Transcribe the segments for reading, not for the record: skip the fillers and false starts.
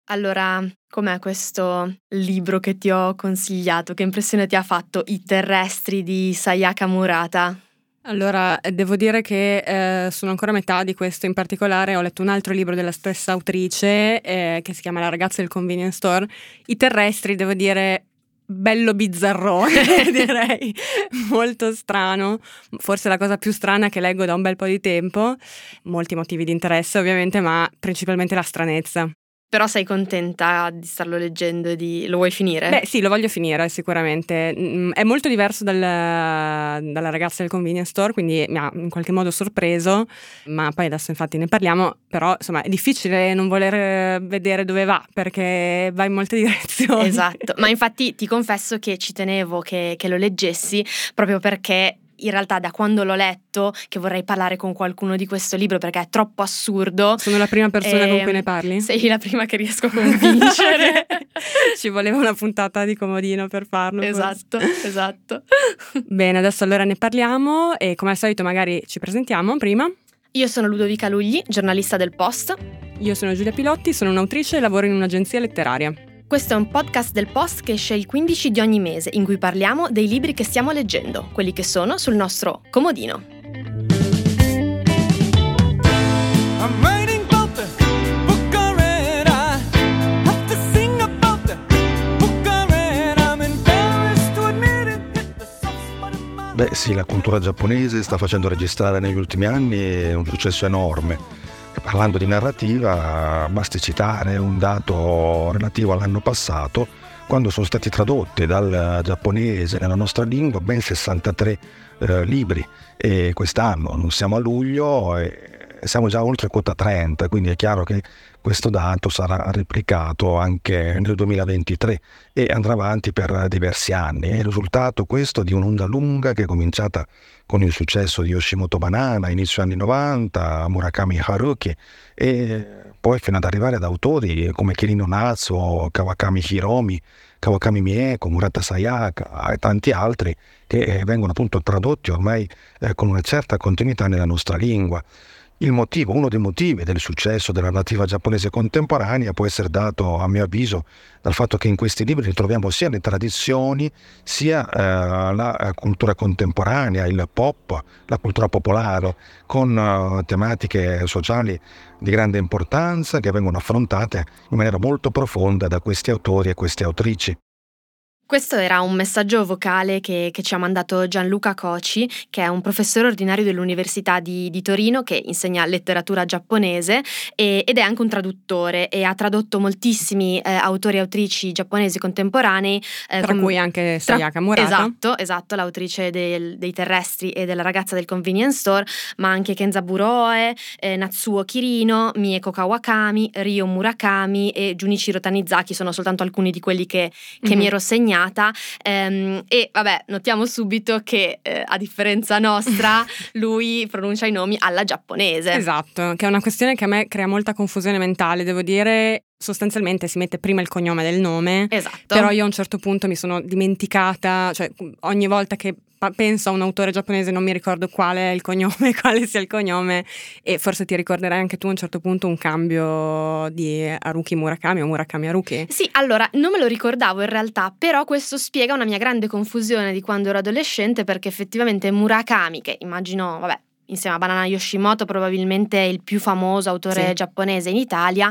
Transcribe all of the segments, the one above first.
Allora, com'è questo libro che ti ho consigliato? Che impressione ti ha fatto? I terrestri di Sayaka Murata? Allora, devo dire che sono ancora a metà di questo. In particolare ho letto un altro libro della stessa autrice che si chiama La ragazza del convenience store. I terrestri, devo dire, bello bizzarrone, direi, molto strano. Forse la cosa più strana che leggo da un bel po' di tempo. Molti motivi di interesse ovviamente, ma principalmente la stranezza. Però sei contenta di starlo leggendo e lo vuoi finire? Beh sì, lo voglio finire sicuramente. È molto diverso dalla ragazza del convenience store, quindi mi ha in qualche modo sorpreso, ma poi adesso infatti ne parliamo, però insomma è difficile non voler vedere dove va, perché va in molte direzioni. Esatto, ma infatti ti confesso che ci tenevo che lo leggessi proprio perché in realtà da quando l'ho letto che vorrei parlare con qualcuno di questo libro perché è troppo assurdo. Sono la prima persona con cui ne parli? Sei la prima che riesco a convincere. Ci voleva una puntata di comodino per farlo. Esatto, esatto. Bene, adesso allora ne parliamo e come al solito magari ci presentiamo prima. Io sono Ludovica Lugli, giornalista del Post. Io sono Giulia Pilotti, sono un'autrice e lavoro in un'agenzia letteraria. Questo è un podcast del Post che esce il 15 di ogni mese, in cui parliamo dei libri che stiamo leggendo, quelli che sono sul nostro comodino. Beh sì, la cultura giapponese sta facendo registrare negli ultimi anni un successo enorme. E parlando di narrativa, basti citare un dato relativo all'anno passato, quando sono stati tradotti dal giapponese nella nostra lingua ben 63 libri, e quest'anno non siamo a luglio e siamo già oltre quota 30, quindi è chiaro che questo dato sarà replicato anche nel 2023 e andrà avanti per diversi anni. È il risultato questo di un'onda lunga che è cominciata con il successo di Yoshimoto Banana inizio anni 90, Murakami Haruki, e poi fino ad arrivare ad autori come Kirino Natsuo, Kawakami Hiromi, Kawakami Mieko, Murata Sayaka e tanti altri che vengono appunto tradotti ormai con una certa continuità nella nostra lingua. Uno dei motivi del successo della narrativa giapponese contemporanea può essere dato, a mio avviso, dal fatto che in questi libri ritroviamo sia le tradizioni, sia la cultura contemporanea, il pop, la cultura popolare, con tematiche sociali di grande importanza che vengono affrontate in maniera molto profonda da questi autori e queste autrici. Questo era un messaggio vocale che ci ha mandato Gianluca Coci, che è un professore ordinario dell'Università di Torino che insegna letteratura giapponese ed è anche un traduttore e ha tradotto moltissimi autori e autrici giapponesi contemporanei. Tra cui anche Sayaka Murata. Esatto, l'autrice dei Terrestri e della ragazza del convenience store, ma anche Kenzaburo Oe, Natsuo Kirino, Mieko Kawakami, Ryo Murakami e Junichiro Tanizaki sono soltanto alcuni di quelli che mi ero segnata. E vabbè, notiamo subito che a differenza nostra lui pronuncia i nomi alla giapponese. Esatto, che è una questione che a me crea molta confusione mentale, devo dire. Sostanzialmente si mette prima il cognome del nome. Esatto. Però io a un certo punto mi sono dimenticata, cioè ogni volta che penso a un autore giapponese non mi ricordo quale è il cognome, quale sia il cognome, e forse ti ricorderai anche tu a un certo punto un cambio di Haruki Murakami o Murakami Haruki. Sì, allora non me lo ricordavo in realtà, però questo spiega una mia grande confusione di quando ero adolescente, perché effettivamente Murakami, che immagino, vabbè, insieme a Banana Yoshimoto probabilmente è il più famoso autore giapponese in Italia,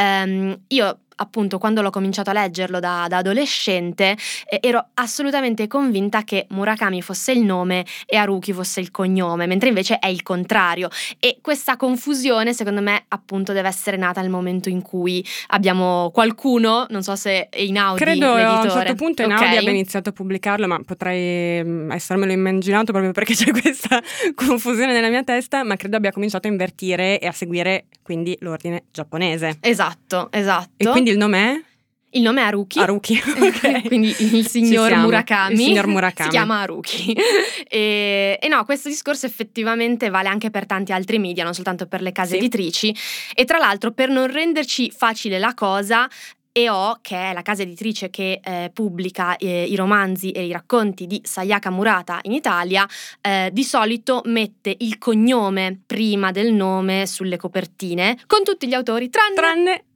io appunto quando l'ho cominciato a leggerlo da adolescente ero assolutamente convinta che Murakami fosse il nome e Haruki fosse il cognome, mentre invece è il contrario, e questa confusione secondo me appunto deve essere nata nel momento in cui abbiamo qualcuno, non so se è in Audi credo l'editore. A un certo punto in Audi abbia iniziato a pubblicarlo, ma potrei essermelo immaginato proprio perché c'è questa confusione nella mia testa, ma credo abbia cominciato a invertire e a seguire quindi l'ordine giapponese. Esatto. E quindi il nome è? Il nome è Haruki. Okay. Quindi il signor Murakami. Il signor Murakami si chiama Haruki. E no, questo discorso effettivamente vale anche per tanti altri media, non soltanto per le case editrici. E tra l'altro, per non renderci facile la cosa, EO, che è la casa editrice che pubblica i romanzi e i racconti di Sayaka Murata in Italia, di solito mette il cognome prima del nome sulle copertine con tutti gli autori tranne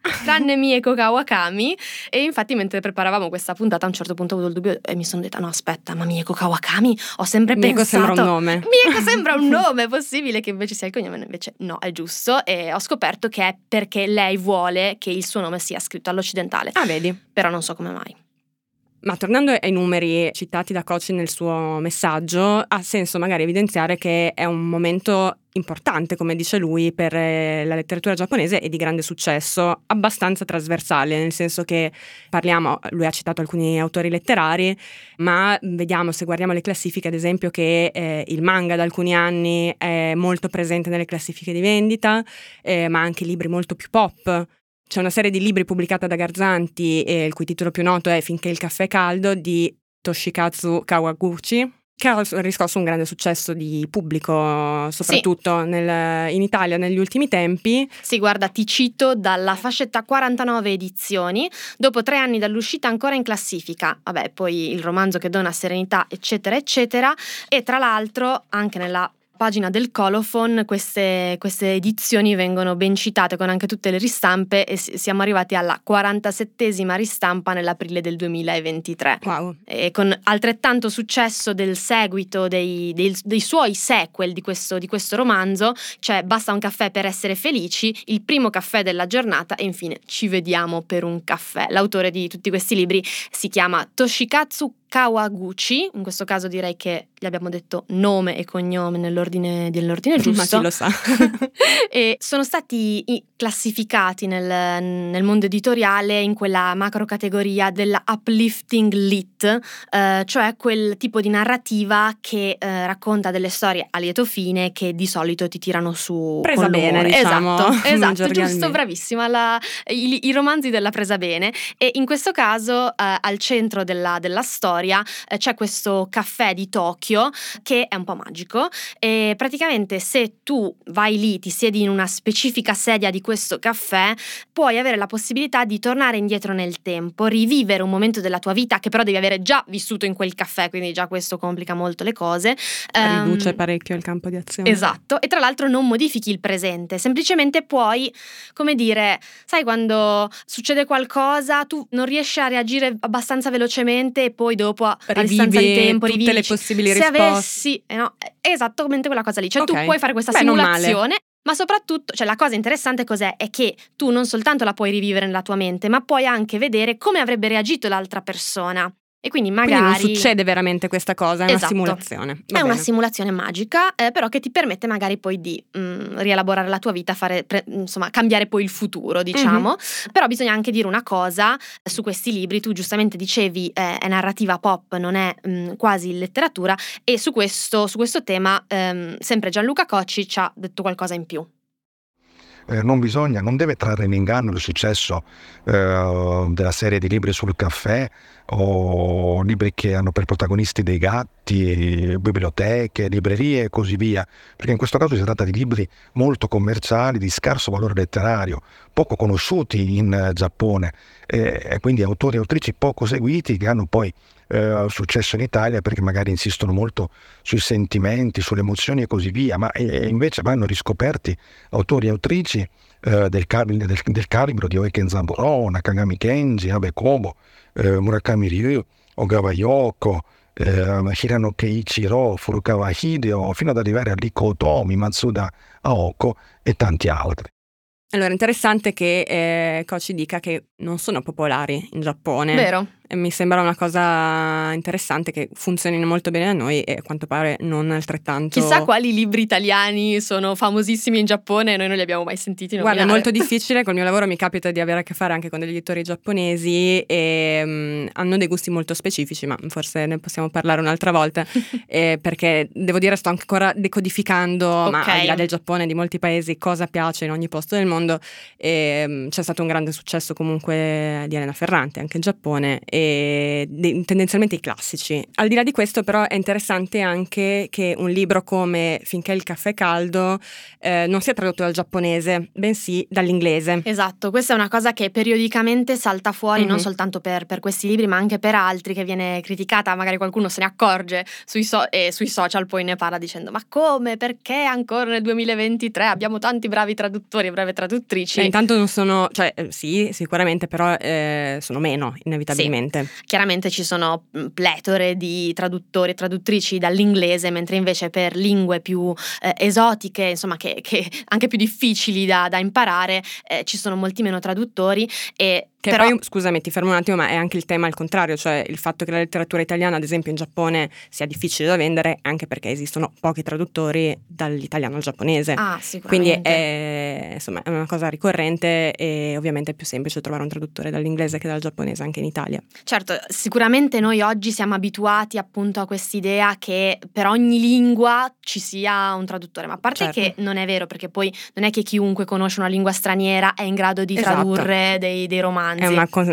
tranne Mieko Kawakami. E infatti mentre preparavamo questa puntata a un certo punto ho avuto il dubbio e mi sono detta no aspetta, ma Mieko Kawakami ho sempre Mieko pensato sembra un nome. Mieko sembra un nome, è possibile che invece sia il cognome? Invece no, è giusto, e ho scoperto che è perché lei vuole che il suo nome sia scritto all'occidentale. Ah, vedi. Però non so come mai. Ma tornando ai numeri citati da Kochi nel suo messaggio, ha senso magari evidenziare che è un momento importante, come dice lui, per la letteratura giapponese e di grande successo, abbastanza trasversale, nel senso che parliamo, lui ha citato alcuni autori letterari, ma vediamo, se guardiamo le classifiche, ad esempio, che il manga da alcuni anni è molto presente nelle classifiche di vendita, ma anche libri molto più pop. C'è una serie di libri pubblicata da Garzanti, il cui titolo più noto è Finché il caffè è caldo, di Toshikazu Kawaguchi, che ha riscosso un grande successo di pubblico, soprattutto in Italia negli ultimi tempi. Sì, guarda, ti cito dalla fascetta 49 edizioni, dopo 3 anni dall'uscita ancora in classifica. Vabbè, poi il romanzo che dona serenità, eccetera, eccetera. E tra l'altro anche nella pagina del Colophon queste edizioni vengono ben citate con anche tutte le ristampe, e siamo arrivati alla 47esima ristampa nell'aprile del 2023. Wow. E con altrettanto successo del seguito dei suoi sequel di questo romanzo, cioè Basta un caffè per essere felici, Il primo caffè della giornata e infine Ci vediamo per un caffè. L'autore di tutti questi libri si chiama Toshikazu Kawaguchi, in questo caso direi che gli abbiamo detto nome e cognome nell'ordine giusto. Ma chi lo sa. E sono stati classificati nel mondo editoriale in quella macro categoria della uplifting lit, cioè quel tipo di narrativa che racconta delle storie a lieto fine che di solito ti tirano su presa con bene, l'umore. diciamo. Esatto, giusto, bravissima, i romanzi della presa bene. E in questo caso al centro della storia c'è questo caffè di Tokyo che è un po' magico, e praticamente se tu vai lì, ti siedi in una specifica sedia di questo caffè, puoi avere la possibilità di tornare indietro nel tempo, rivivere un momento della tua vita che però devi avere già vissuto in quel caffè, quindi già questo complica molto le cose. Riduce parecchio il campo di azione. Esatto, e tra l'altro non modifichi il presente, semplicemente puoi, come dire, sai quando succede qualcosa, tu non riesci a reagire abbastanza velocemente e poi dopo a distanza di tempo tutte rivivi le possibili se risposte. avessi no, è esattamente quella cosa lì, cioè Okay. tu puoi fare questa Beh, non male. simulazione, ma soprattutto, cioè la cosa interessante cos'è? È che tu non soltanto la puoi rivivere nella tua mente, ma puoi anche vedere come avrebbe reagito l'altra persona. E quindi magari Quindi non succede veramente questa cosa, è una Esatto. simulazione. Va è una bene. simulazione magica, però che ti permette magari poi di rielaborare la tua vita, insomma cambiare poi il futuro, diciamo. Però bisogna anche dire una cosa su questi libri, tu giustamente dicevi è narrativa pop, non è quasi letteratura, e su questo tema sempre Gianluca Cocci ci ha detto qualcosa in più. Non deve trarre in inganno il successo della serie di libri sul caffè o libri che hanno per protagonisti dei gatti, biblioteche, librerie e così via, perché in questo caso si tratta di libri molto commerciali, di scarso valore letterario, poco conosciuti in Giappone, e quindi autori e autrici poco seguiti che hanno poi successo in Italia perché magari insistono molto sui sentimenti, sulle emozioni e così via, ma invece vanno riscoperti autori e autrici del calibro di Oiken Zamborò, Nakagami Kenji, Abe Kobo, Murakami Ryu, Ogawa Yoko, Hirano Keiichiro, Furukawa Hideo, fino ad arrivare a Riko Otomi, Matsuda Aoko e tanti altri. Allora, interessante che Kochi dica che non sono popolari in Giappone. Vero? E mi sembra una cosa interessante, che funzionino molto bene da noi e a quanto pare non altrettanto. Chissà quali libri italiani sono famosissimi in Giappone e noi non li abbiamo mai sentiti nominare. Guarda, è molto difficile, col mio lavoro mi capita di avere a che fare anche con degli editori giapponesi e hanno dei gusti molto specifici, ma forse ne possiamo parlare un'altra volta, perché devo dire sto ancora decodificando, ma al di là del Giappone, di molti paesi, cosa piace in ogni posto del mondo. C'è stato un grande successo comunque di Elena Ferrante anche in Giappone, e tendenzialmente i classici. Al di là di questo però è interessante anche che un libro come Finché il caffè è caldo non sia tradotto dal giapponese, bensì dall'inglese. Esatto, questa è una cosa che periodicamente salta fuori, non soltanto per questi libri ma anche per altri, che viene criticata, magari qualcuno se ne accorge e sui social poi ne parla dicendo ma come, perché ancora nel 2023 abbiamo tanti bravi traduttori e brave traduttrici, traduttrici. Intanto non sono, cioè sì, sicuramente, però sono meno, inevitabilmente. Sì. Chiaramente ci sono pletore di traduttori e traduttrici dall'inglese, mentre invece per lingue più esotiche, insomma, che anche più difficili da imparare, ci sono molti meno traduttori. Che però, poi, scusami, ti fermo un attimo, ma è anche il tema al contrario, cioè il fatto che la letteratura italiana, ad esempio in Giappone, sia difficile da vendere, anche perché esistono pochi traduttori dall'italiano al giapponese. Sicuramente. Quindi è una cosa ricorrente, e ovviamente è più semplice trovare un traduttore dall'inglese che dal giapponese anche in Italia. Certo, sicuramente noi oggi siamo abituati appunto a quest'idea che per ogni lingua ci sia un traduttore, ma a parte che non è vero, perché poi non è che chiunque conosce una lingua straniera è in grado di tradurre dei romanzi. È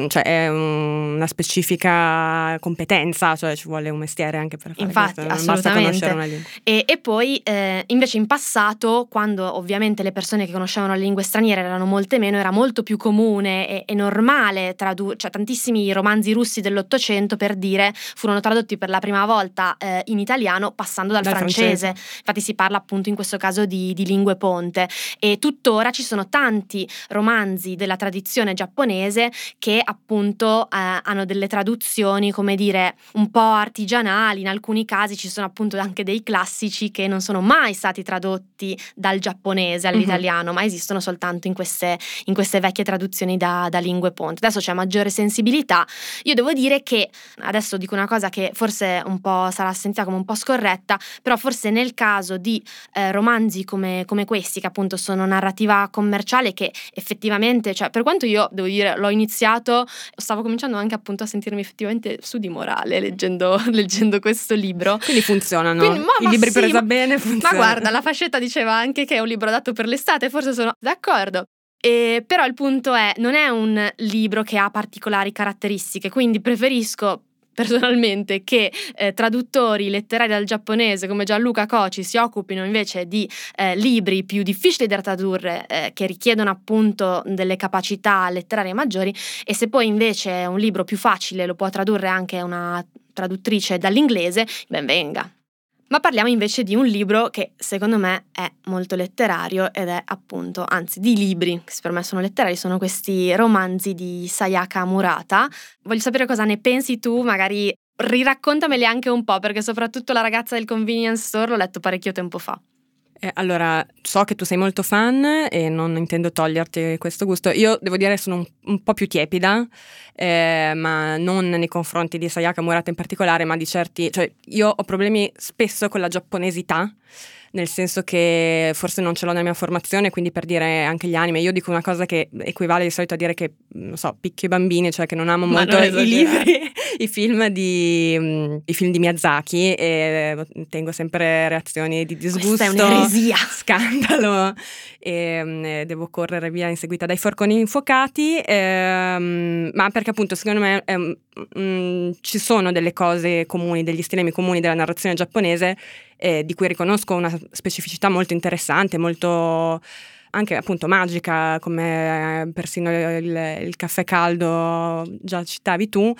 una specifica competenza, cioè ci vuole un mestiere anche per fare questo, non basta conoscere una lingua. E poi invece in passato, quando ovviamente le persone che conoscevano le lingue straniere erano molte meno, era molto più comune e normale tradurre, cioè tantissimi romanzi russi dell'Ottocento, per dire, furono tradotti per la prima volta in italiano passando dal francese. Infatti si parla appunto in questo caso di lingue ponte, e tuttora ci sono tanti romanzi della tradizione giapponese che appunto hanno delle traduzioni, come dire, un po' artigianali. In alcuni casi ci sono appunto anche dei classici che non sono mai stati tradotti dal giapponese all'italiano, ma esistono soltanto in queste vecchie traduzioni da lingue ponte. Adesso c'è maggiore sensibilità. Io devo dire che, adesso dico una cosa che forse un po' sarà sentita come un po' scorretta, però forse nel caso di romanzi come questi, che appunto sono narrativa commerciale, che effettivamente, cioè, per quanto io devo dire l'ho iniziato, stavo cominciando anche appunto a sentirmi effettivamente su di morale leggendo questo libro. Quindi funzionano. I libri presa bene funzionano. Ma guarda, la fascetta diceva anche che è un libro adatto per l'estate, forse sono d'accordo. Però il punto è, non è un libro che ha particolari caratteristiche, quindi preferisco personalmente che traduttori letterari dal giapponese come Gianluca Coci si occupino invece di libri più difficili da tradurre, che richiedono appunto delle capacità letterarie maggiori, e se poi invece un libro più facile lo può tradurre anche una traduttrice dall'inglese, ben venga. Ma parliamo invece di un libro che secondo me è molto letterario, ed è appunto, anzi di libri che per me sono letterari, sono questi romanzi di Sayaka Murata. Voglio sapere cosa ne pensi tu, magari riraccontameli anche un po', perché soprattutto La ragazza del convenience store l'ho letto parecchio tempo fa. Allora, so che tu sei molto fan e non intendo toglierti questo gusto. Io devo dire sono un po' più tiepida, ma non nei confronti di Sayaka Murata in particolare, ma di certi... Cioè, io ho problemi spesso con la giapponesità, nel senso che forse non ce l'ho nella mia formazione, quindi per dire anche gli anime, io dico una cosa che equivale di solito a dire che, non so, picchio i bambini, cioè che non amo molto i libri, i film di Miyazaki, e tengo sempre reazioni di disgusto. Questa è un'eresia. Scandalo, e devo correre via inseguita dai forconi infuocati, ma perché appunto secondo me ci sono delle cose comuni, degli stilemi comuni della narrazione giapponese, di cui riconosco una specificità molto interessante, molto anche appunto magica, come persino il caffè caldo già citavi tu,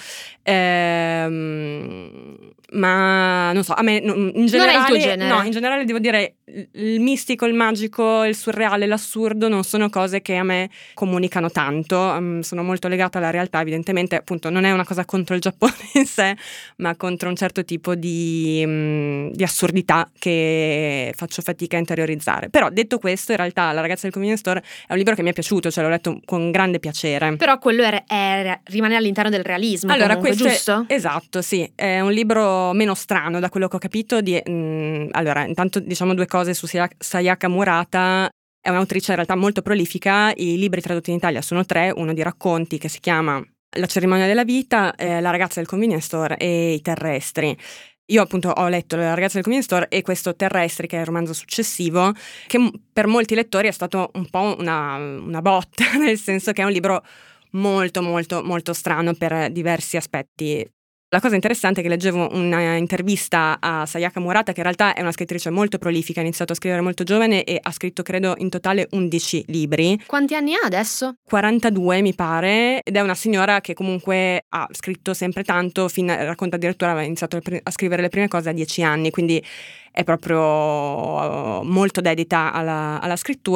ma non so, a me in generale, non è il tuo genere. No, in generale devo dire il mistico, il magico, il surreale, l'assurdo non sono cose che a me comunicano tanto. Sono molto legata alla realtà, evidentemente, appunto non è una cosa contro il Giappone in sé, ma contro un certo tipo di assurdità che faccio fatica a interiorizzare. Però detto questo, in realtà La ragazza del convenience store è un libro che mi è piaciuto, cioè l'ho letto con grande piacere. Però quello rimane all'interno del realismo, allora, comunque, giusto? Esatto, sì, è un libro meno strano da quello che ho capito. Allora, intanto diciamo due cose su Sayaka Murata. È un'autrice in realtà molto prolifica, i libri tradotti in Italia sono 3, uno di racconti che si chiama La cerimonia della vita, La ragazza del convenience store e I terrestri. Io appunto ho letto La ragazza del convenience store e questo Terrestri, che è il romanzo successivo, che per molti lettori è stato un po' una botta, nel senso che è un libro molto molto molto strano per diversi aspetti. La cosa interessante è che leggevo una intervista a Sayaka Murata, che in realtà è una scrittrice molto prolifica, ha iniziato a scrivere molto giovane e ha scritto credo in totale 11 libri. Quanti anni ha adesso? 42 mi pare, ed è una signora che comunque ha scritto sempre tanto, racconta addirittura aveva iniziato a scrivere le prime cose a 10 anni, quindi è proprio molto dedita alla scrittura.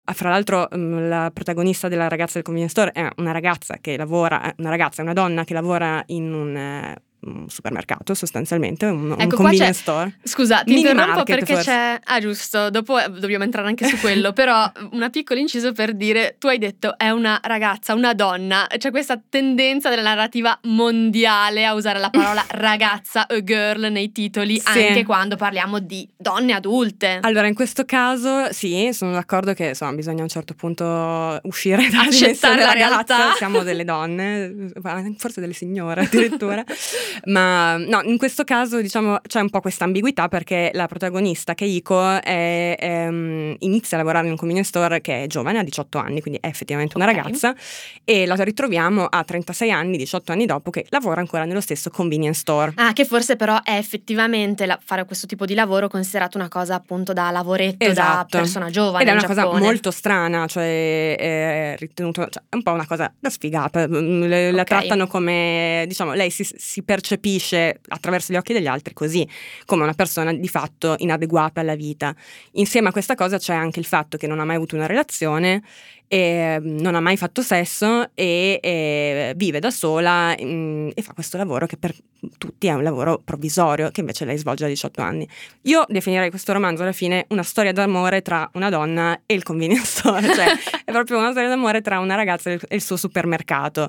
Fra l'altro la protagonista della ragazza del convenience store è una ragazza, una donna che lavora in un supermercato, sostanzialmente, un convenience store. Scusa, ti interrompo perché forse. c'è... Ah, giusto, dopo dobbiamo entrare anche su quello, però una piccola inciso per dire, tu hai detto è una ragazza, una donna, c'è questa tendenza della narrativa mondiale a usare la parola ragazza o girl nei titoli, sì, anche quando parliamo di donne adulte. Allora, in questo caso, sì, sono d'accordo che insomma bisogna a un certo punto uscire dalla dimensione la ragazza, realtà. siamo delle donne, forse delle signore addirittura. Ma no, in questo caso diciamo c'è un po' questa ambiguità perché la protagonista Keiko inizia a lavorare in un convenience store che è giovane, ha 18 anni, quindi è effettivamente una ragazza, e la ritroviamo a 36 anni, 18 anni dopo, che lavora ancora nello stesso convenience store. Ah, che forse però è effettivamente fare questo tipo di lavoro considerato una cosa appunto da lavoretto, esatto, da persona giovane. Ed è una Giappone. cosa molto strana, cioè è ritenuto, cioè, è un po' una cosa da sfigata. La trattano come, diciamo, lei si percepisce attraverso gli occhi degli altri così, come una persona di fatto inadeguata alla vita. Insieme a questa cosa c'è anche il fatto che non ha mai avuto una relazione, non ha mai fatto sesso e vive da sola e fa questo lavoro che per tutti è un lavoro provvisorio, che invece lei svolge a 18 anni. Io definirei questo romanzo alla fine una storia d'amore tra una donna e il convenience store, cioè è proprio una storia d'amore tra una ragazza e il suo supermercato.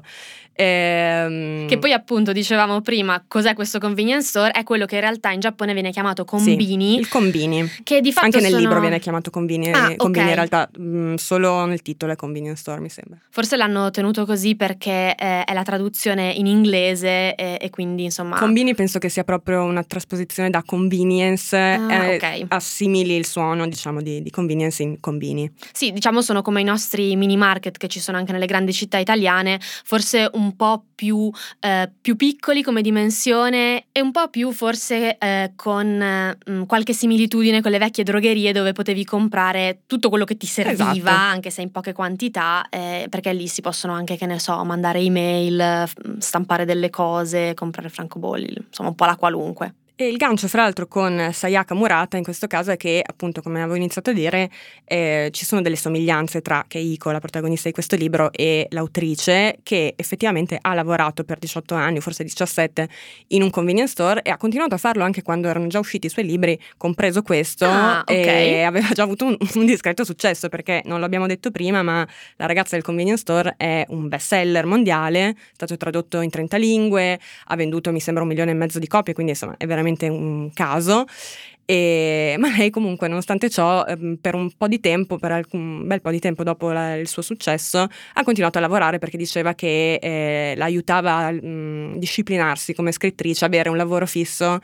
Che poi appunto dicevamo prima, cos'è questo convenience store? È quello che in realtà in Giappone viene chiamato konbini. Sì, il konbini. Che di fatto anche nel libro viene chiamato konbini. Konbini in realtà solo nel titolo è convenience store, mi sembra. Forse l'hanno tenuto così perché è la traduzione in inglese e quindi insomma... Konbini penso che sia proprio una trasposizione da convenience, assimili il suono diciamo di convenience in konbini. Sì, diciamo sono come i nostri mini market che ci sono anche nelle grandi città italiane, forse un po' più piccoli come dimensione e un po' più forse con qualche similitudine con le vecchie drogherie dove potevi comprare tutto quello che ti serviva, esatto, anche se in poche quantità, perché lì si possono anche, che ne so, mandare email, stampare delle cose, comprare francobolli, insomma un po' la qualunque. E il gancio, fra l'altro, con Sayaka Murata in questo caso è che, appunto, come avevo iniziato a dire, ci sono delle somiglianze tra Keiko, la protagonista di questo libro, e l'autrice, che effettivamente ha lavorato per 18 anni, forse 17, in un convenience store e ha continuato a farlo anche quando erano già usciti i suoi libri, compreso questo, e aveva già avuto un discreto successo, perché non l'abbiamo detto prima, ma La ragazza del convenience store è un bestseller mondiale, è stato tradotto in 30 lingue, ha venduto mi sembra 1,5 milioni di copie, quindi insomma è veramente un caso. Ma lei comunque, nonostante ciò, per un po' di tempo, per un bel po' di tempo dopo il suo successo, ha continuato a lavorare perché diceva che l'aiutava a disciplinarsi come scrittrice, avere un lavoro fisso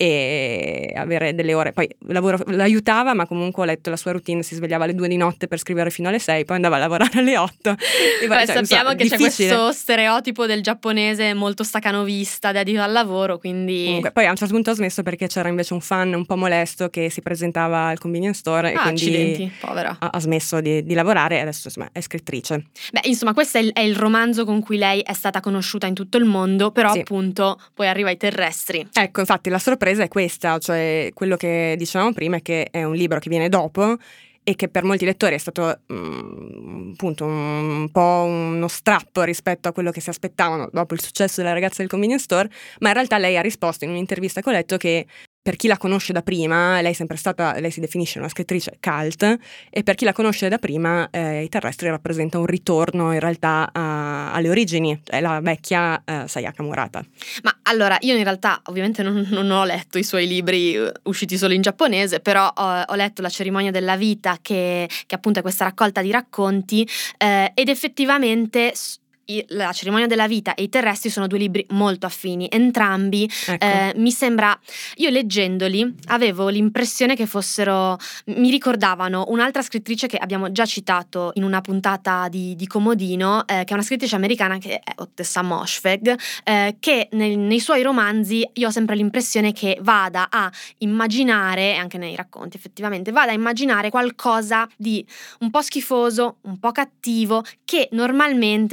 e avere delle ore. Poi l'aiutava, ma comunque ho letto la sua routine, si svegliava alle 2 di notte per scrivere fino alle 6, poi andava a lavorare alle 8. Sappiamo che difficile. C'è questo stereotipo del giapponese molto stacanovista, dedito al lavoro, quindi... Comunque, poi a un certo punto ha smesso perché c'era invece un fan un po' molesto che si presentava al convenience store e quindi accidenti, povera. Ha smesso di lavorare e adesso insomma è scrittrice. Beh, insomma, questo è il romanzo con cui lei è stata conosciuta in tutto il mondo, però sì, appunto poi arriva ai terrestri. Ecco, infatti la sorpresa è questa, cioè quello che dicevamo prima è che è un libro che viene dopo e che per molti lettori è stato appunto un po' uno strappo rispetto a quello che si aspettavano dopo il successo della ragazza del convenience store, ma in realtà lei ha risposto in un'intervista che ho letto che per chi la conosce da prima, lei si definisce una scrittrice cult, e per chi la conosce da prima I terrestri rappresenta un ritorno in realtà alle origini, cioè la vecchia Sayaka Murata. Ma allora, io in realtà ovviamente non ho letto i suoi libri usciti solo in giapponese, però ho letto La cerimonia della vita, che appunto è questa raccolta di racconti, ed effettivamente... La cerimonia della vita e I terrestri sono 2 libri molto affini, entrambi, ecco. Mi sembra, io leggendoli avevo l'impressione che mi ricordavano un'altra scrittrice che abbiamo già citato in una puntata di Comodino, che è una scrittrice americana che è Ottessa Moshfegh, che nei suoi romanzi io ho sempre l'impressione che vada a immaginare, anche nei racconti effettivamente, vada a immaginare qualcosa di un po' schifoso, un po' cattivo, che normalmente noi quando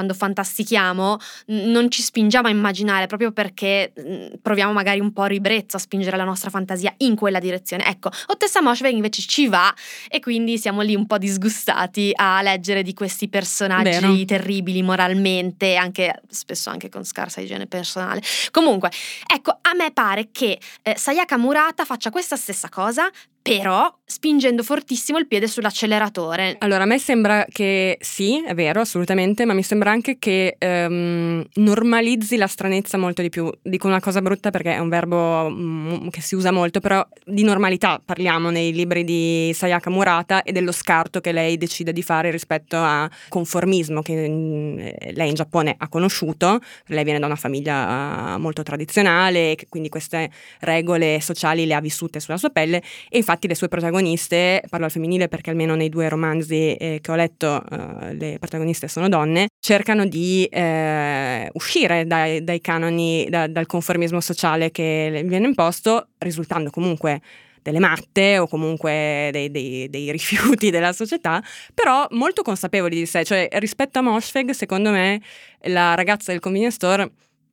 quando fantastichiamo non ci spingiamo a immaginare, proprio perché proviamo magari un po' ribrezzo a spingere la nostra fantasia in quella direzione. Ecco, Ottessa Moshfegh invece ci va, e quindi siamo lì un po' disgustati a leggere di questi personaggi terribili moralmente, anche spesso anche con scarsa igiene personale. Comunque, ecco, a me pare che Sayaka Murata faccia questa stessa cosa, però spingendo fortissimo il piede sull'acceleratore. Allora, a me sembra che sì, è vero, assolutamente, ma mi sembra anche che normalizzi la stranezza molto di più. Dico una cosa brutta perché è un verbo che si usa molto, però di normalità parliamo nei libri di Sayaka Murata e dello scarto che lei decide di fare rispetto a conformismo che lei in Giappone ha conosciuto. Lei viene da una famiglia molto tradizionale, quindi queste regole sociali le ha vissute sulla sua pelle, e infatti le sue protagoniste, parlo al femminile perché almeno nei 2 romanzi che ho letto le protagoniste sono donne, cercano di uscire dai canoni, dal conformismo sociale che viene imposto, risultando comunque delle matte o comunque dei rifiuti della società, però molto consapevoli di sé. Cioè, rispetto a Moshfegh, secondo me la ragazza del convenience store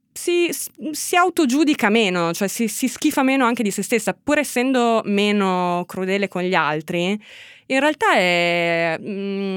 si autogiudica meno, cioè si schifa meno anche di se stessa, pur essendo meno crudele con gli altri. In realtà non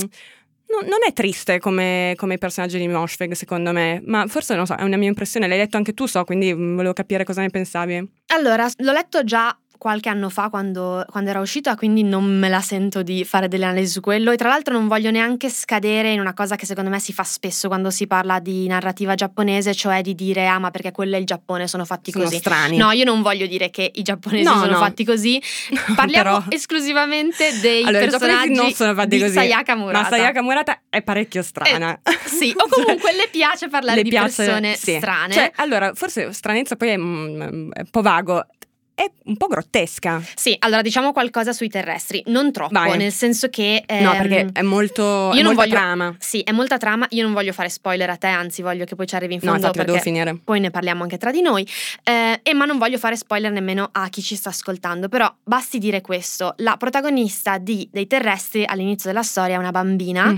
è triste come i personaggi di Moshfegh, secondo me, ma forse non so, è una mia impressione. L'hai letto anche tu, so, quindi volevo capire cosa ne pensavi. Allora, l'ho letto già qualche anno fa quando era uscita, quindi non me la sento di fare delle analisi su quello, e tra l'altro non voglio neanche scadere in una cosa che secondo me si fa spesso quando si parla di narrativa giapponese, cioè di dire ma perché quello è il Giappone, sono fatti sono così. Strani. No, io non voglio dire che i giapponesi sono fatti così. Parliamo esclusivamente dei personaggi non sono fatti di così. Sayaka Murata. Ma Sayaka Murata è parecchio strana. Sì, o comunque le piace parlare di persone strane. Cioè, allora, forse stranezza poi è un po' vago. È un po' grottesca. Sì, allora diciamo qualcosa sui terrestri, non troppo. Vai. Nel senso che no, perché è molta trama. Sì, è molta trama. Io non voglio fare spoiler a te, anzi voglio che poi ci arrivi in fondo, infatti perché devo finire. Poi ne parliamo anche tra di noi, ma non voglio fare spoiler nemmeno a chi ci sta ascoltando. Però basti dire questo: la protagonista dei terrestri all'inizio della storia è una bambina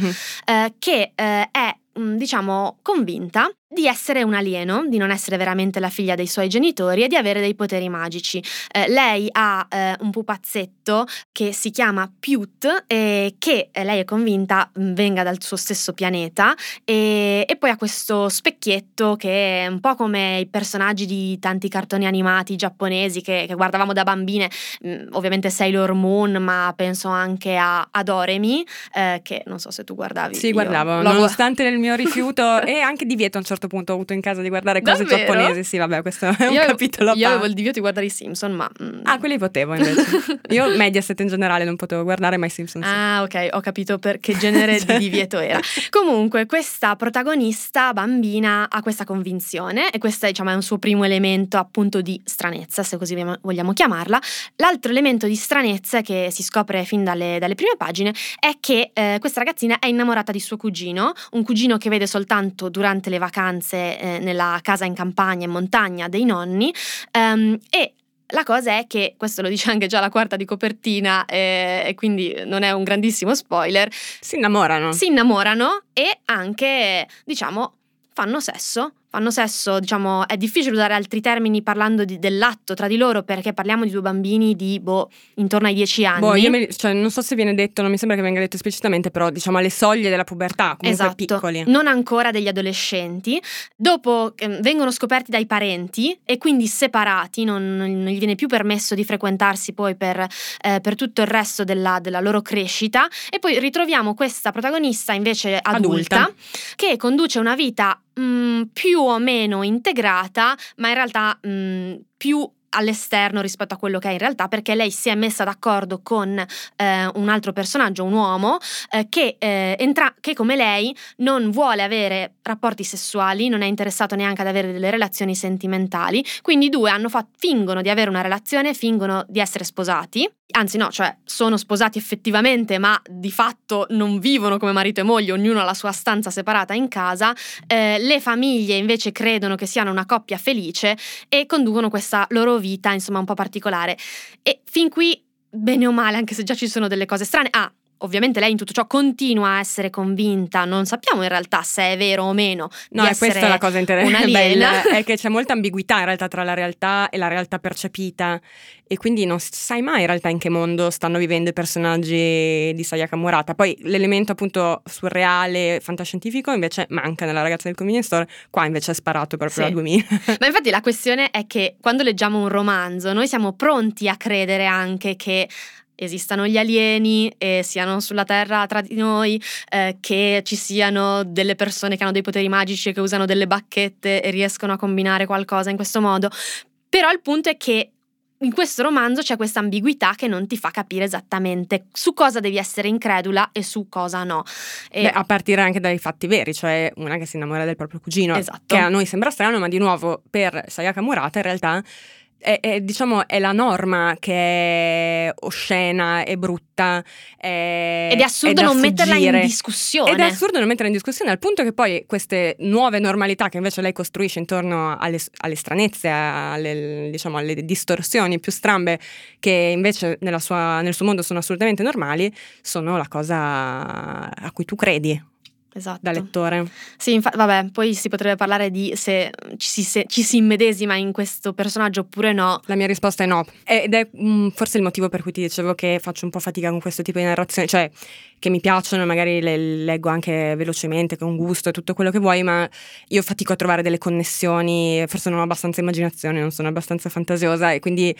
che è diciamo convinta di essere un alieno, di non essere veramente la figlia dei suoi genitori e di avere dei poteri magici. Lei ha un pupazzetto che si chiama Pyut e che lei è convinta venga dal suo stesso pianeta, e poi ha questo specchietto che è un po' come i personaggi di tanti cartoni animati giapponesi che guardavamo da bambine, ovviamente Sailor Moon, ma penso anche a Doremi, che non so se tu guardavi. Sì, guardavo, nonostante il mio rifiuto e anche divieto a un certo punto ho avuto in casa di guardare cose giapponesi. Sì, vabbè, questo è un capitolo a parte. Io avevo il divieto di guardare i Simpson, ma quelli potevo invece. Io Mediaset in generale non potevo guardare, ma i Simpson sì. Ok, ho capito per che genere di divieto era. Comunque questa protagonista bambina ha questa convinzione, e questo diciamo è un suo primo elemento appunto di stranezza, se così vogliamo chiamarla. L'altro elemento di stranezza che si scopre fin dalle prime pagine è che questa ragazzina è innamorata di suo cugino, un cugino che vede soltanto durante le vacanze nella casa in campagna, in montagna dei nonni, e la cosa è che, questo lo dice anche già la quarta di copertina, e quindi non è un grandissimo spoiler, si innamorano e anche, diciamo, fanno sesso, diciamo, è difficile usare altri termini parlando dell'atto tra di loro, perché parliamo di 2 bambini di intorno ai 10 anni. Cioè, non so se viene detto, non mi sembra che venga detto esplicitamente, però diciamo alle soglie della pubertà, comunque esatto, piccoli. Non ancora degli adolescenti. Dopo vengono scoperti dai parenti e quindi separati, non gli viene più permesso di frequentarsi poi per tutto il resto della loro crescita, e poi ritroviamo questa protagonista invece adulta che conduce una vita più o meno integrata, ma in realtà più all'esterno rispetto a quello che è in realtà, perché lei si è messa d'accordo con un altro personaggio, un uomo che come lei non vuole avere rapporti sessuali, non è interessato neanche ad avere delle relazioni sentimentali, quindi i 2 fingono di avere una relazione, fingono di essere sposati, anzi no, cioè sono sposati effettivamente, ma di fatto non vivono come marito e moglie, ognuno ha la sua stanza separata in casa. Le famiglie invece credono che siano una coppia felice e conducono questa loro vita insomma un po' particolare, e fin qui bene o male, anche se già ci sono delle cose strane. ovviamente lei in tutto ciò continua a essere convinta, non sappiamo in realtà se è vero o meno No, di e questa è la cosa bella, è che c'è molta ambiguità in realtà tra la realtà e la realtà percepita, e quindi non sai mai in realtà in che mondo stanno vivendo i personaggi di Sayaka Murata. Poi l'elemento appunto surreale, fantascientifico invece manca nella ragazza del convenience store, qua invece è sparato proprio a 2000. Ma infatti la questione è che quando leggiamo un romanzo noi siamo pronti a credere anche che esistano gli alieni e siano sulla Terra tra di noi, che ci siano delle persone che hanno dei poteri magici e che usano delle bacchette e riescono a combinare qualcosa in questo modo. Però il punto è che in questo romanzo c'è questa ambiguità che non ti fa capire esattamente su cosa devi essere incredula e su cosa no. Beh, a partire anche dai fatti veri, cioè una che si innamora del proprio cugino, esatto. Che a noi sembra strano, ma di nuovo per Sayaka Murata in realtà diciamo è la norma che è oscena e brutta, ed è assurdo non metterla in discussione. Ed è assurdo non metterla in discussione, al punto che poi queste nuove normalità che invece lei costruisce intorno alle stranezze, alle distorsioni più strambe, che invece nel suo mondo sono assolutamente normali, sono la cosa a cui tu credi. Esatto. Da lettore. Sì, vabbè, poi si potrebbe parlare di se ci si immedesima in questo personaggio oppure no. La mia risposta è no. Ed è forse il motivo per cui ti dicevo che faccio un po' fatica con questo tipo di narrazione, cioè che mi piacciono, magari le leggo anche velocemente, con gusto e tutto quello che vuoi, ma io fatico a trovare delle connessioni, forse non ho abbastanza immaginazione, non sono abbastanza fantasiosa e quindi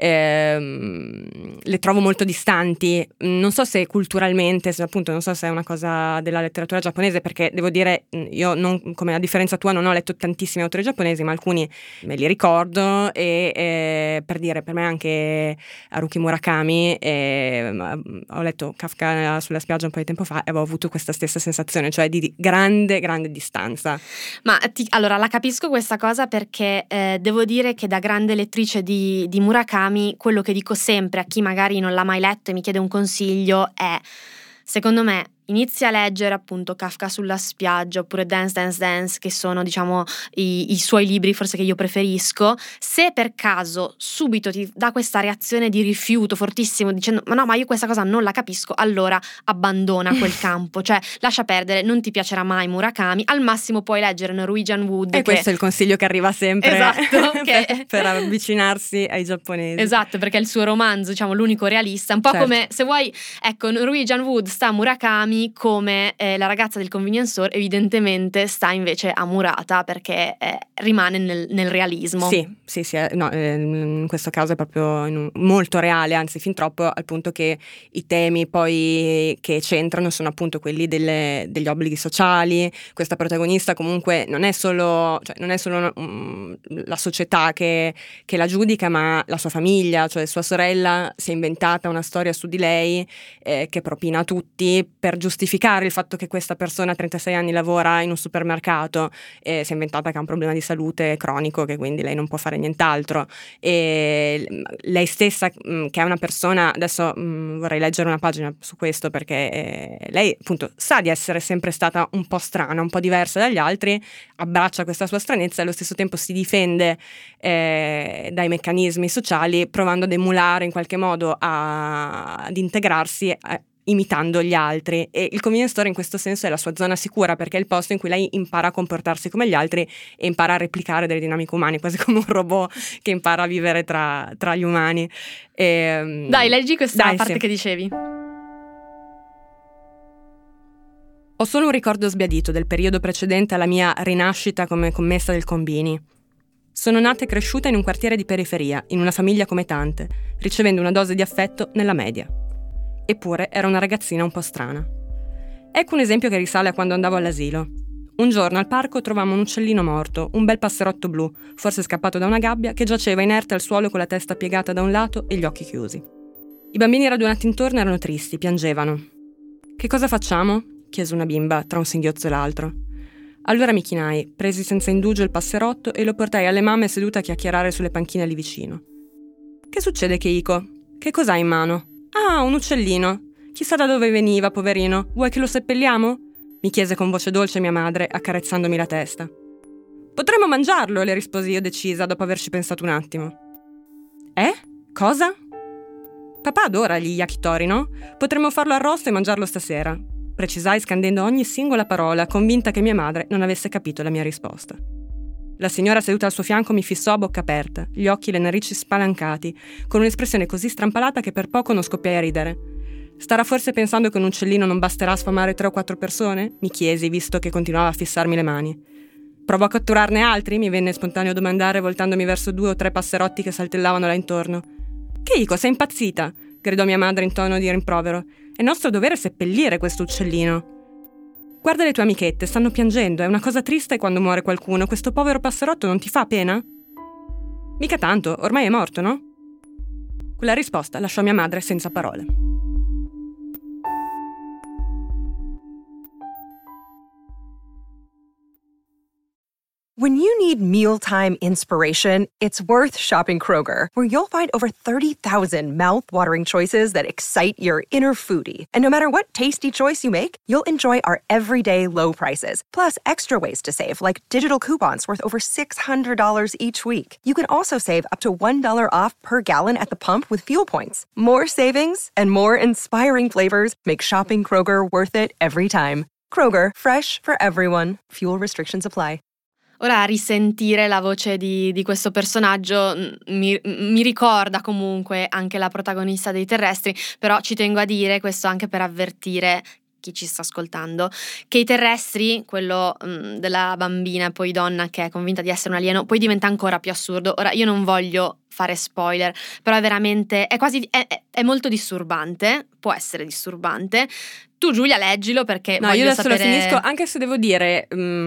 le trovo molto distanti. Non so se culturalmente, appunto non so se è una cosa della letteratura giapponese, perché devo dire, io non, come a differenza tua non ho letto tantissimi autori giapponesi, ma alcuni me li ricordo e per dire, per me anche Haruki Murakami, ho letto Kafka sulla spiaggia un po' di tempo fa e avevo avuto questa stessa sensazione, cioè di grande distanza. Ma allora la capisco questa cosa perché devo dire che da grande lettrice di Murakami quello che dico sempre a chi magari non l'ha mai letto e mi chiede un consiglio è, secondo me, inizia a leggere appunto Kafka sulla spiaggia oppure Dance Dance Dance, che sono diciamo i suoi libri forse che io preferisco. Se per caso subito ti dà questa reazione di rifiuto fortissimo dicendo ma io questa cosa non la capisco, allora abbandona quel campo, cioè lascia perdere, non ti piacerà mai Murakami, al massimo puoi leggere Norwegian Wood, e questo è il consiglio che arriva sempre, esatto, per avvicinarsi ai giapponesi. Esatto, perché è il suo romanzo, diciamo l'unico realista, un po' certo. Come se vuoi, ecco, Norwegian Wood sta a Murakami come la ragazza del convenience store evidentemente sta invece a Murata perché rimane nel realismo. Sì, no, in questo caso è proprio molto reale, anzi fin troppo, al punto che i temi poi che c'entrano sono appunto quelli degli obblighi sociali. Questa protagonista comunque non è solo la società che la giudica, ma la sua famiglia, cioè sua sorella si è inventata una storia su di lei che propina a tutti per giustificare il fatto che questa persona a 36 anni lavora in un supermercato, si è inventata che ha un problema di salute cronico, che quindi lei non può fare nient'altro, e lei stessa che è una persona, adesso vorrei leggere una pagina su questo perché lei appunto sa di essere sempre stata un po' strana, un po' diversa dagli altri, abbraccia questa sua stranezza e allo stesso tempo si difende dai meccanismi sociali, provando ad emulare in qualche modo ad integrarsi imitando gli altri, e il convenience store in questo senso è la sua zona sicura perché è il posto in cui lei impara a comportarsi come gli altri e impara a replicare delle dinamiche umane, quasi come un robot che impara a vivere tra gli umani. Dai, leggi questa parte sì. Che dicevi. Ho solo un ricordo sbiadito del periodo precedente alla mia rinascita come commessa del Combini. Sono nata e cresciuta in un quartiere di periferia, in una famiglia come tante, ricevendo una dose di affetto nella media. Eppure era una ragazzina un po' strana. Ecco un esempio che risale a quando andavo all'asilo. Un giorno al parco trovammo un uccellino morto, un bel passerotto blu, forse scappato da una gabbia, che giaceva inerte al suolo con la testa piegata da un lato e gli occhi chiusi. I bambini radunati intorno erano tristi, piangevano. «Che cosa facciamo?» chiese una bimba tra un singhiozzo e l'altro. Allora mi chinai, presi senza indugio il passerotto e lo portai alle mamme sedute a chiacchierare sulle panchine lì vicino. «Che succede, Keiko? Che cos'hai in mano?» «Ah, un uccellino. Chissà da dove veniva, poverino. Vuoi che lo seppelliamo?» mi chiese con voce dolce mia madre, accarezzandomi la testa. «Potremmo mangiarlo», le risposi io decisa, dopo averci pensato un attimo. «Cosa?» Papà adora gli yakitori, no? Potremmo farlo arrosto e mangiarlo stasera, precisai scandendo ogni singola parola, convinta che mia madre non avesse capito la mia risposta. La signora seduta al suo fianco mi fissò a bocca aperta, gli occhi e le narici spalancati, con un'espressione così strampalata che per poco non scoppiai a ridere. Starà forse pensando che un uccellino non basterà a sfamare 3 o 4 persone? Mi chiesi, visto che continuava a fissarmi le mani. Provo a catturarne altri? Mi venne spontaneo domandare, voltandomi verso 2 o 3 passerotti che saltellavano là intorno. Keiko, sei impazzita? Gridò mia madre in tono di rimprovero. È nostro dovere seppellire questo uccellino. Guarda le tue amichette, stanno piangendo, è una cosa triste quando muore qualcuno, questo povero passerotto non ti fa pena? Mica tanto, ormai è morto, no? Quella risposta lasciò mia madre senza parole. When you need mealtime inspiration, it's worth shopping Kroger, where you'll find over 30,000 mouth-watering choices that excite your inner foodie. And no matter what tasty choice you make, you'll enjoy our everyday low prices, plus extra ways to save, like digital coupons worth over $600 each week. You can also save up to $1 off per gallon at the pump with fuel points. More savings and more inspiring flavors make shopping Kroger worth it every time. Kroger, fresh for everyone. Fuel restrictions apply. Ora, risentire la voce di questo personaggio mi ricorda comunque anche la protagonista dei Terrestri, però ci tengo a dire, questo anche per avvertire chi ci sta ascoltando, che i Terrestri, quello della bambina poi donna che è convinta di essere un alieno, poi diventa ancora più assurdo. Ora, io non voglio fare spoiler, però è veramente, è molto disturbante, può essere disturbante. Tu, Giulia, leggilo perché no, voglio io adesso sapere... lo finisco, anche se devo dire,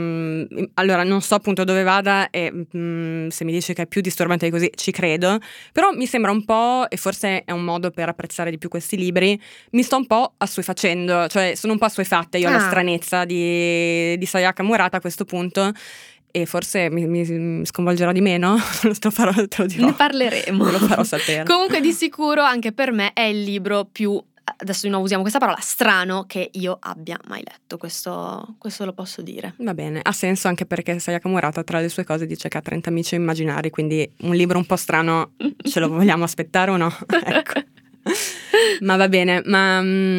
allora non so appunto dove vada e se mi dici che è più disturbante di così ci credo, però mi sembra un po', e forse è un modo per apprezzare di più questi libri, mi sto un po' assuefacendo, cioè sono un po' assuefatta io alla stranezza di Sayaka Murata a questo punto. E forse mi sconvolgerò di meno, te lo dirò. Ne parleremo. Te lo farò sapere. Comunque di sicuro anche per me è il libro più, adesso di nuovo usiamo questa parola, strano che io abbia mai letto, questo lo posso dire. Va bene, ha senso anche perché Sayaka Murata tra le sue cose dice che ha 30 amici immaginari, quindi un libro un po' strano ce lo vogliamo aspettare o no? Ecco. Ma va bene, ma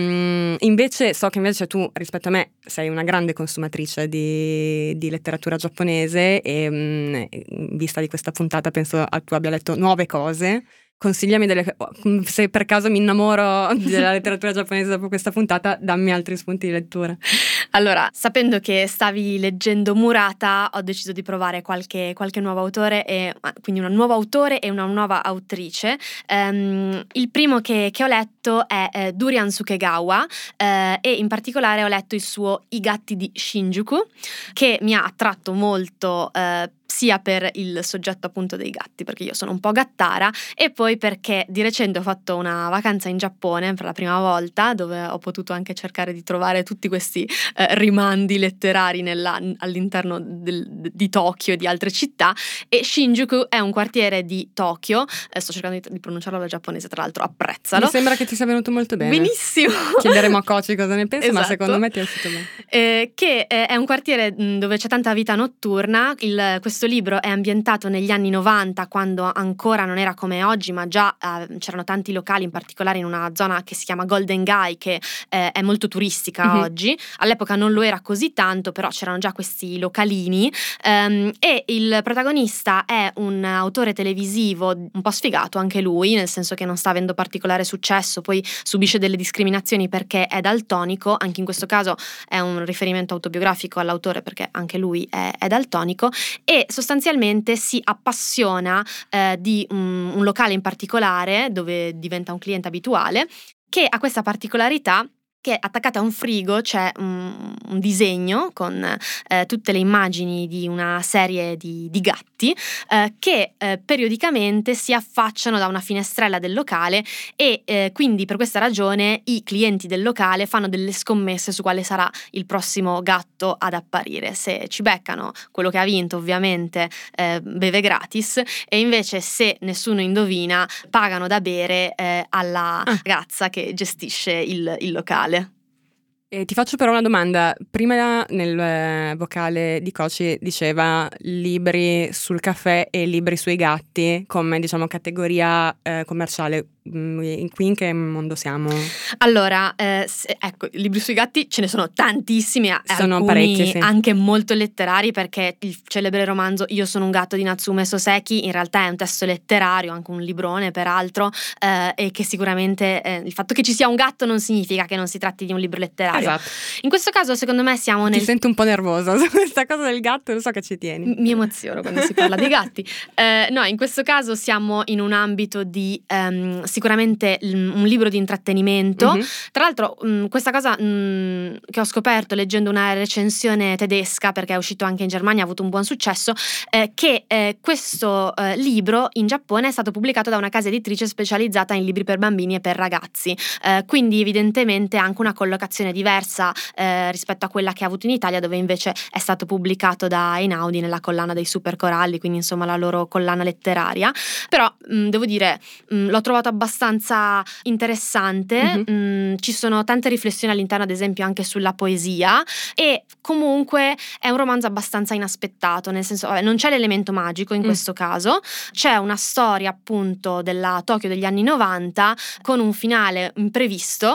invece so che invece tu rispetto a me sei una grande consumatrice di letteratura giapponese e in vista di questa puntata penso tu abbia letto nuove cose. Consigliami se per caso mi innamoro della letteratura giapponese dopo questa puntata, dammi altri spunti di lettura. Allora, sapendo che stavi leggendo Murata, ho deciso di provare qualche nuovo autore, quindi un nuovo autore e una nuova autrice. Il primo che ho letto è Durian Sukegawa e in particolare ho letto il suo I gatti di Shinjuku, che mi ha attratto molto sia per il soggetto appunto dei gatti, perché io sono un po' gattara, e poi perché di recente ho fatto una vacanza in Giappone per la prima volta, dove ho potuto anche cercare di trovare tutti questi rimandi letterari all'interno di Tokyo e di altre città, e Shinjuku è un quartiere di Tokyo, sto cercando di pronunciarlo alla giapponese, tra l'altro apprezzalo. Mi sembra che ti sia venuto molto bene. Benissimo. Chiederemo a Kochi cosa ne pensa, esatto. Ma secondo me ti è uscito bene. Che è un quartiere dove c'è tanta vita notturna. Questo libro è ambientato negli anni 90, quando ancora non era come oggi, ma già c'erano tanti locali, in particolare in una zona che si chiama Golden Gai, che è molto turistica oggi. All'epoca non lo era così tanto, però c'erano già questi localini, e il protagonista è un autore televisivo un po' sfigato anche lui, nel senso che non sta avendo particolare successo, poi subisce delle discriminazioni perché è daltonico. Anche in questo caso è un riferimento autobiografico all'autore, perché anche lui è daltonico, e sostanzialmente si appassiona di un locale in particolare dove diventa un cliente abituale, che ha questa particolarità che attaccata a un frigo c'è un disegno con tutte le immagini di una serie di gatti che periodicamente si affacciano da una finestrella del locale, e quindi per questa ragione i clienti del locale fanno delle scommesse su quale sarà il prossimo gatto ad apparire. Se ci beccano, quello che ha vinto ovviamente beve gratis, e invece se nessuno indovina pagano da bere alla ragazza che gestisce il locale. Ti faccio però una domanda. Prima nel vocale di Kochi diceva libri sul caffè e libri sui gatti come, diciamo, categoria commerciale. qui in che mondo siamo? Allora, ecco, libri sui gatti ce ne sono tantissimi, sono alcuni parecchi, sì. anche molto letterari, perché il celebre romanzo Io sono un gatto di Natsume Soseki in realtà è un testo letterario, anche un librone peraltro, e che sicuramente il fatto che ci sia un gatto non significa che non si tratti di un libro letterario. Esatto. In questo caso secondo me siamo Ti sento un po' nervosa su questa cosa del gatto, lo so che ci tieni. Mi emoziono quando si parla di gatti. No, in questo caso siamo in un ambito di sicuramente un libro di intrattenimento. Tra l'altro questa cosa che ho scoperto leggendo una recensione tedesca, perché è uscito anche in Germania, ha avuto un buon successo, che questo libro in Giappone è stato pubblicato da una casa editrice specializzata in libri per bambini e per ragazzi, quindi evidentemente anche una collocazione diversa rispetto a quella che ha avuto in Italia, dove invece è stato pubblicato da Einaudi nella collana dei Super Coralli, quindi insomma la loro collana letteraria. Però devo dire l'ho trovato abbastanza interessante. Ci sono tante riflessioni all'interno, ad esempio anche sulla poesia, e comunque è un romanzo abbastanza inaspettato, nel senso, non c'è l'elemento magico in questo caso, c'è una storia appunto della Tokyo degli anni 90 con un finale imprevisto.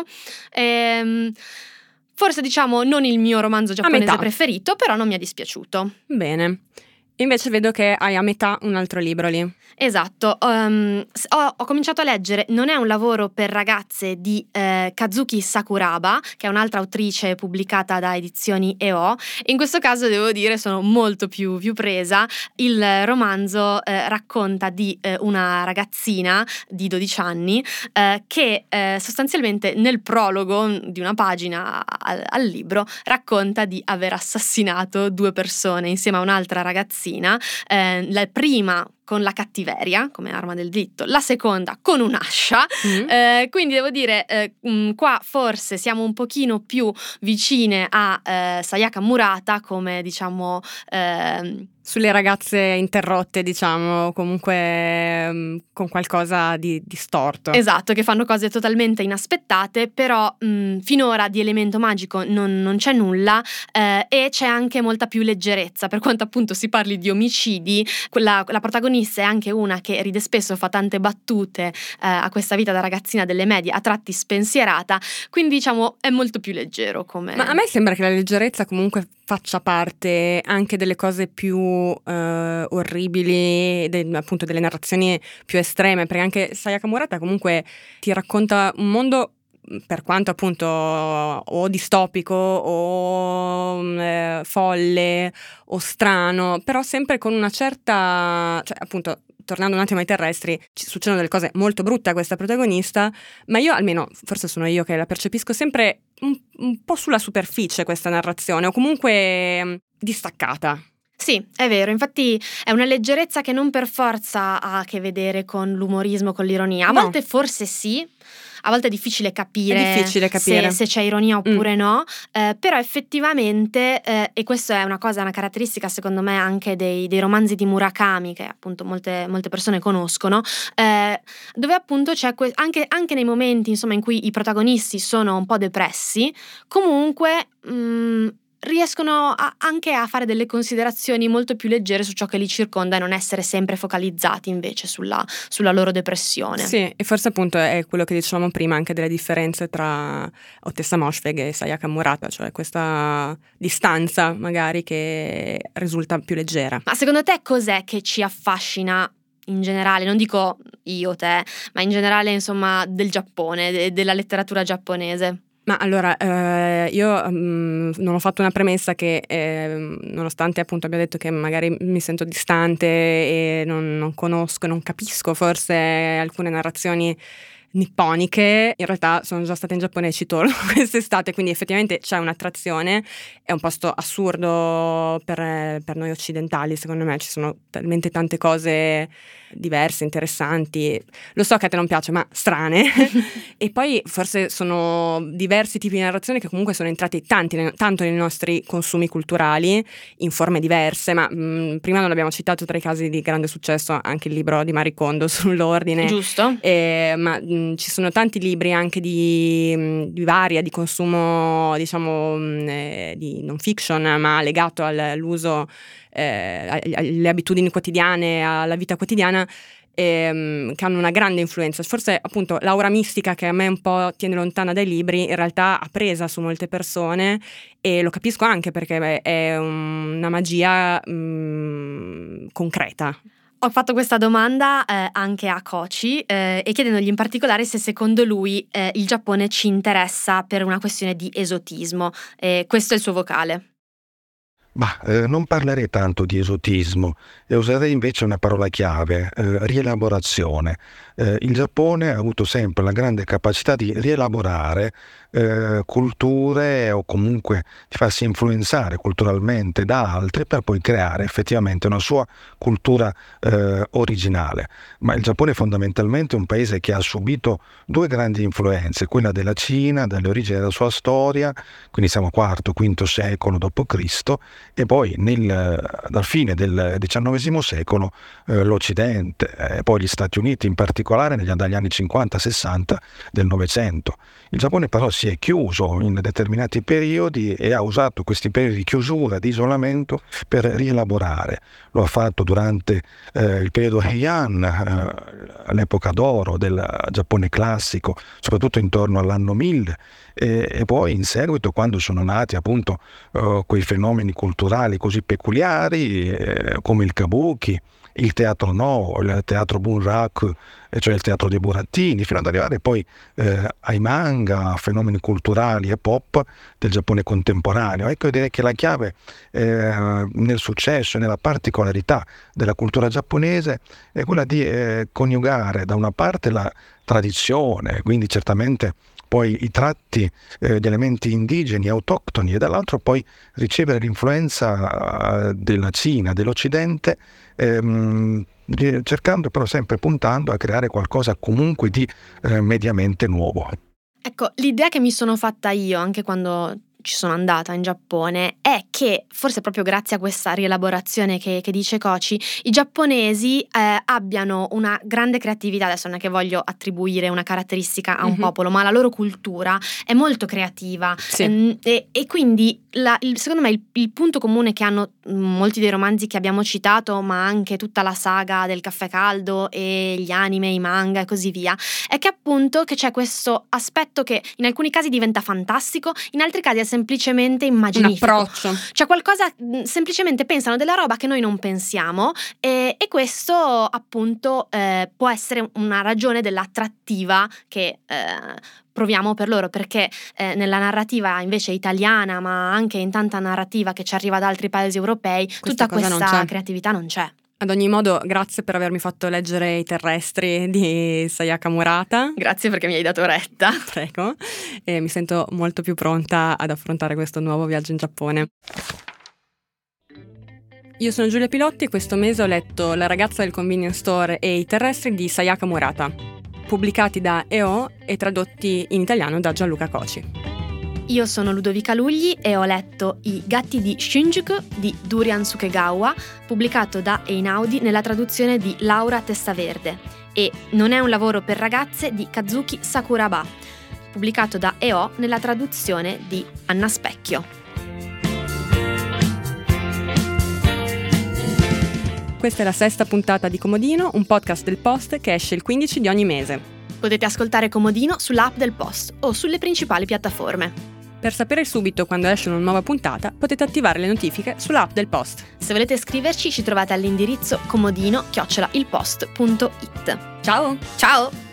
Forse diciamo non il mio romanzo giapponese preferito, però non mi è dispiaciuto. Bene. Invece vedo che hai a metà un altro libro lì. Esatto, ho cominciato a leggere Non è un lavoro per ragazze di Kazuki Sakuraba, che è un'altra autrice pubblicata da Edizioni EO, e in questo caso devo dire sono molto più presa. Il romanzo racconta di una ragazzina di 12 anni che sostanzialmente nel prologo di una pagina al libro racconta di aver assassinato 2 persone insieme a un'altra ragazzina, la prima con la cattiveria come arma del delitto, la seconda con un'ascia. Quindi devo dire qua forse siamo un pochino più vicine a Sayaka Murata, come diciamo sulle ragazze interrotte, diciamo, comunque con qualcosa di storto. Esatto, che fanno cose totalmente inaspettate, però finora di elemento magico non c'è nulla, e c'è anche molta più leggerezza, per quanto appunto si parli di omicidi. La protagonista è anche una che ride spesso, fa tante battute a questa vita da ragazzina delle medie, a tratti spensierata, quindi diciamo è molto più leggero come... Ma a me sembra che la leggerezza comunque faccia parte anche delle cose più orribili, appunto delle narrazioni più estreme, perché anche Sayaka Murata comunque ti racconta un mondo, per quanto appunto o distopico o folle o strano, però sempre con una certa, cioè appunto tornando un attimo ai terrestri, ci succedono delle cose molto brutte a questa protagonista, ma io almeno, forse sono io che la percepisco sempre un po' sulla superficie questa narrazione, o comunque distaccata. Sì, è vero, infatti è una leggerezza che non per forza ha a che vedere con l'umorismo, con l'ironia. A volte forse sì, a volte è difficile capire, se c'è ironia oppure no, però effettivamente, e questa è una caratteristica secondo me anche dei romanzi di Murakami, che appunto molte persone conoscono, dove appunto c'è anche nei momenti insomma in cui i protagonisti sono un po' depressi, comunque riescono anche a fare delle considerazioni molto più leggere su ciò che li circonda e non essere sempre focalizzati invece sulla loro depressione. Sì, e forse appunto è quello che dicevamo prima anche delle differenze tra Ottessa Moshfegh e Sayaka Murata, cioè questa distanza magari che risulta più leggera. Ma secondo te cos'è che ci affascina in generale, non dico io, te, ma in generale insomma del Giappone, della letteratura giapponese? Ma allora, io non ho fatto una premessa che nonostante appunto abbia detto che magari mi sento distante e non conosco, non capisco forse alcune narrazioni nipponiche, in realtà sono già stata in Giappone e ci torno quest'estate, quindi effettivamente c'è un'attrazione, è un posto assurdo per noi occidentali, secondo me ci sono talmente tante cose diverse, interessanti, lo so che a te non piace, ma strane e poi forse sono diversi tipi di narrazione che comunque sono entrati tanto nei nostri consumi culturali in forme diverse, ma prima non l'abbiamo citato tra i casi di grande successo anche il libro di Marie Kondo sull'ordine, giusto, ma ci sono tanti libri anche di varia, di consumo diciamo di non fiction, ma legato all'uso alle abitudini quotidiane, alla vita quotidiana, che hanno una grande influenza. Forse appunto l'aura mistica che a me un po' tiene lontana dai libri in realtà ha presa su molte persone, e lo capisco anche perché è una magia concreta. Ho fatto questa domanda anche a Kochi e chiedendogli in particolare se secondo lui il Giappone ci interessa per una questione di esotismo. Questo è il suo vocale. Non parlerei tanto di esotismo e userei invece una parola chiave, rielaborazione. Il Giappone ha avuto sempre la grande capacità di rielaborare culture, o comunque di farsi influenzare culturalmente da altri per poi creare effettivamente una sua cultura originale. Ma il Giappone è fondamentalmente un paese che ha subito due grandi influenze, quella della Cina, dalle origini della sua storia, quindi siamo IV-V secolo d.C., e poi dal fine del XIX secolo l'Occidente, e poi gli Stati Uniti in particolare dagli anni 50-60 del Novecento. Il Giappone però si è chiuso in determinati periodi e ha usato questi periodi di chiusura, di isolamento per rielaborare. Lo ha fatto durante il periodo Heian, l'epoca d'oro del Giappone classico, soprattutto intorno all'anno 1000, e poi in seguito, quando sono nati appunto quei fenomeni culturali così peculiari come il kabuki, il teatro No, il teatro Bunraku, cioè il teatro dei burattini, fino ad arrivare poi ai manga, fenomeni culturali e pop del Giappone contemporaneo. Ecco, direi che la chiave nel successo e nella particolarità della cultura giapponese è quella di coniugare da una parte la tradizione, quindi certamente poi i tratti di elementi indigeni, autoctoni, e dall'altro poi ricevere l'influenza della Cina, dell'Occidente, cercando però sempre puntando a creare qualcosa comunque di mediamente nuovo. Ecco, l'idea che mi sono fatta io anche quando ci sono andata in Giappone è che forse proprio grazie a questa rielaborazione che dice Kochi, i giapponesi abbiano una grande creatività. Adesso non è che voglio attribuire una caratteristica a un popolo, ma la loro cultura è molto creativa, sì. E quindi secondo me il punto comune che hanno molti dei romanzi che abbiamo citato, ma anche tutta la saga del caffè caldo e gli anime, i manga e così via, è che appunto che c'è questo aspetto che in alcuni casi diventa fantastico, in altri casi è semplicemente immaginifico. Un approccio. Cioè qualcosa, semplicemente pensano della roba che noi non pensiamo, e questo appunto può essere una ragione dell'attrattiva che proviamo per loro, perché nella narrativa invece italiana, ma anche in tanta narrativa che ci arriva da altri paesi europei, tutta questa creatività non c'è. Ad ogni modo, grazie per avermi fatto leggere I Terrestri di Sayaka Murata. Grazie perché mi hai dato retta. Prego. E mi sento molto più pronta ad affrontare questo nuovo viaggio in Giappone. Io sono Giulia Pilotti e questo mese ho letto La ragazza del convenience store e I Terrestri di Sayaka Murata, pubblicati da EO e tradotti in italiano da Gianluca Kochi. Io sono Ludovica Lugli e ho letto I gatti di Shinjuku di Durian Sukegawa, pubblicato da Einaudi nella traduzione di Laura Testaverde, e Non è un lavoro per ragazze di Kazuki Sakuraba, pubblicato da EO nella traduzione di Anna Specchio. Questa è la 6ª puntata di Comodino, un podcast del Post che esce il 15 di ogni mese. Potete ascoltare Comodino sull'app del Post o sulle principali piattaforme. Per sapere subito quando esce una nuova puntata, potete attivare le notifiche sull'app del Post. Se volete scriverci, ci trovate all'indirizzo comodino@ilpost.it. Ciao! Ciao!